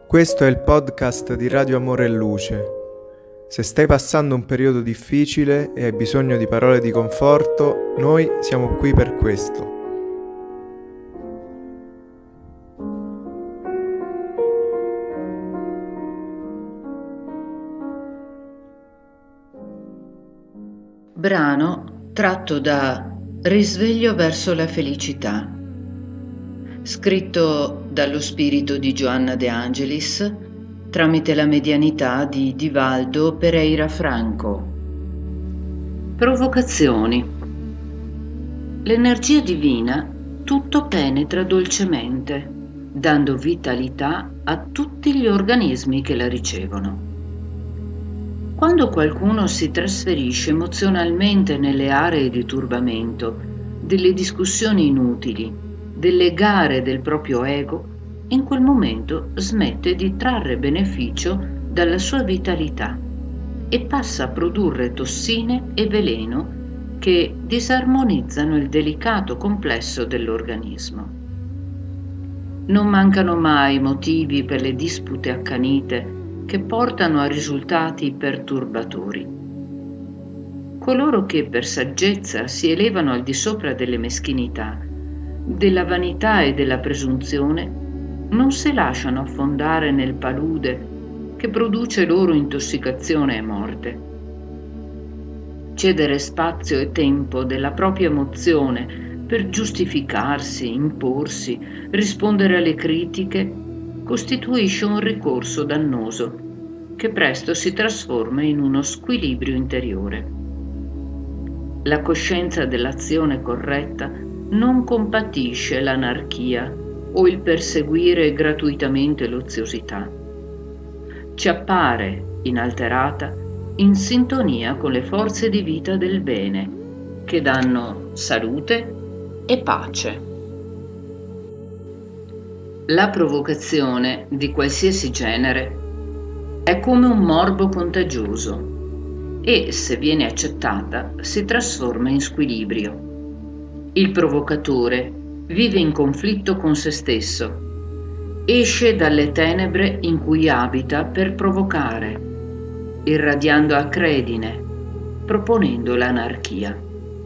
Questo è il podcast di Radio Amore e Luce. Se stai passando un periodo difficile e hai bisogno di parole di conforto, noi siamo qui per questo. Brano tratto da Risveglio verso la felicità, scritto dallo spirito di Joanna De Angelis tramite la medianità di Divaldo Pereira Franco. Provocazioni. L'energia divina tutto penetra dolcemente, dando vitalità a tutti gli organismi che la ricevono. Quando qualcuno si trasferisce emozionalmente nelle aree di turbamento, delle discussioni inutili, delle gare del proprio ego, in quel momento smette di trarre beneficio dalla sua vitalità e passa a produrre tossine e veleno che disarmonizzano il delicato complesso dell'organismo. Non mancano mai motivi per le dispute accanite che portano a risultati perturbatori. Coloro che per saggezza si elevano al di sopra delle meschinità, della vanità e della presunzione, non si lasciano affondare nel palude che produce loro intossicazione e morte. Cedere spazio e tempo della propria emozione per giustificarsi, imporsi, rispondere alle critiche, costituisce un ricorso dannoso che presto si trasforma in uno squilibrio interiore. La coscienza dell'azione corretta non compatisce l'anarchia o il perseguire gratuitamente l'oziosità. Ci appare, inalterata, in sintonia con le forze di vita del bene, che danno salute e pace. La provocazione di qualsiasi genere è come un morbo contagioso e, se viene accettata, si trasforma in squilibrio. Il provocatore vive in conflitto con se stesso, esce dalle tenebre in cui abita per provocare, irradiando acredine, proponendo l'anarchia.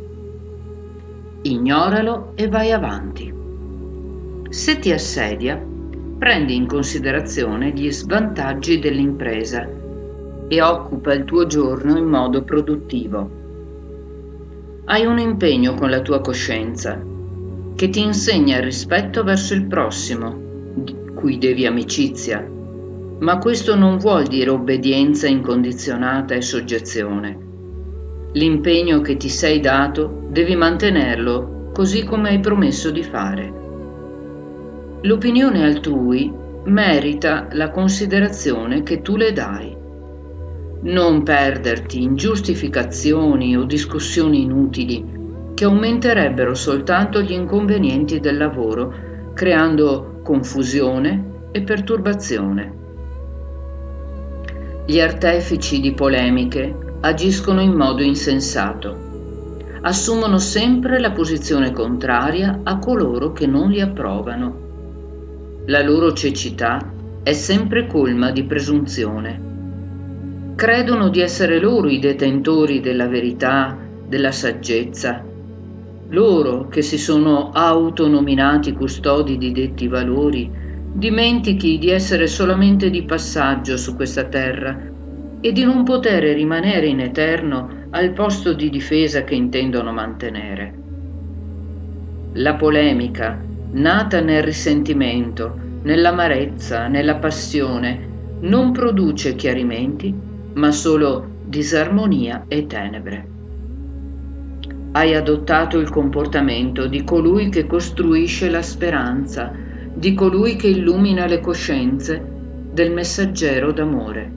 Ignoralo e vai avanti. Se ti assedia, prendi in considerazione gli svantaggi dell'impresa e occupa il tuo giorno in modo produttivo. Hai un impegno con la tua coscienza che ti insegna il rispetto verso il prossimo, di cui devi amicizia, ma questo non vuol dire obbedienza incondizionata e soggezione. L'impegno che ti sei dato devi mantenerlo così come hai promesso di fare. L'opinione altrui merita la considerazione che tu le dai. Non perderti in giustificazioni o discussioni inutili che aumenterebbero soltanto gli inconvenienti del lavoro, creando confusione e perturbazione. Gli artefici di polemiche agiscono in modo insensato. Assumono sempre la posizione contraria a coloro che non li approvano. La loro cecità è sempre colma di presunzione. Credono di essere loro i detentori della verità, della saggezza. Loro, che si sono autonominati custodi di detti valori, dimentichi di essere solamente di passaggio su questa terra e di non poter rimanere in eterno al posto di difesa che intendono mantenere. La polemica, nata nel risentimento, nell'amarezza, nella passione, non produce chiarimenti, ma solo disarmonia e tenebre. Hai adottato il comportamento di colui che costruisce la speranza, di colui che illumina le coscienze, del messaggero d'amore.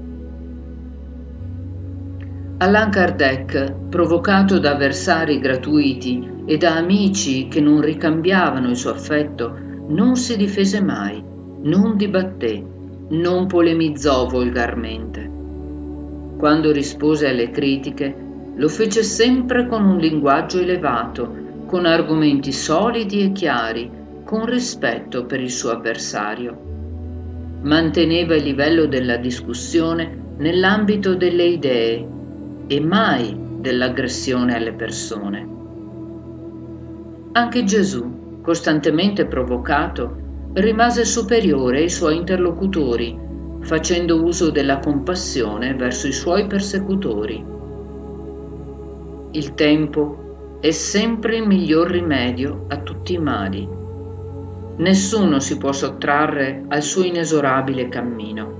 Allan Kardec, provocato da avversari gratuiti e da amici che non ricambiavano il suo affetto, non si difese mai, non dibatté, non polemizzò volgarmente. Quando rispose alle critiche, lo fece sempre con un linguaggio elevato, con argomenti solidi e chiari, con rispetto per il suo avversario. manteneva il livello della discussione nell'ambito delle idee e mai dell'aggressione alle persone. Anche Gesù, costantemente provocato, rimase superiore ai suoi interlocutori, facendo uso della compassione verso i suoi persecutori. Il tempo è sempre il miglior rimedio a tutti i mali. Nessuno si può sottrarre al suo inesorabile cammino.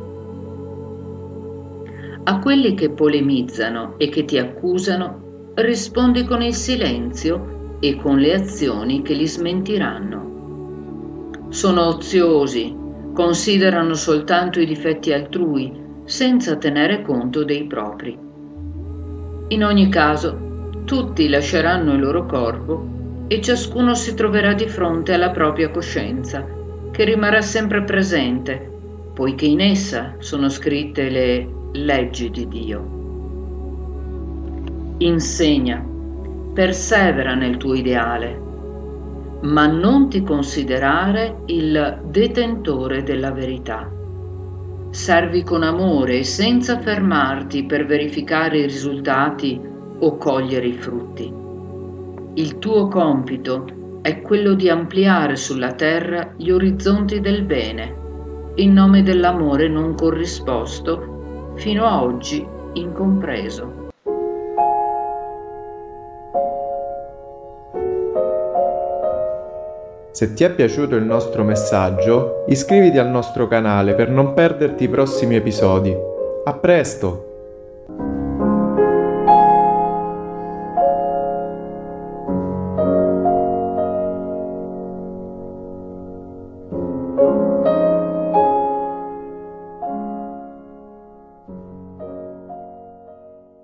A quelli che polemizzano e che ti accusano, rispondi con il silenzio e con le azioni che li smentiranno. Sono oziosi, considerano soltanto i difetti altrui, senza tenere conto dei propri. In ogni caso, tutti lasceranno il loro corpo e ciascuno si troverà di fronte alla propria coscienza, che rimarrà sempre presente, poiché in essa sono scritte le leggi di Dio. Insegna, persevera nel tuo ideale, ma non ti considerare il detentore della verità. Servi con amore e senza fermarti per verificare i risultati o cogliere i frutti. Il tuo compito è quello di ampliare sulla terra gli orizzonti del bene, in nome dell'amore non corrisposto, fino a oggi incompreso. Se ti è piaciuto il nostro messaggio, iscriviti al nostro canale per non perderti i prossimi episodi. A presto!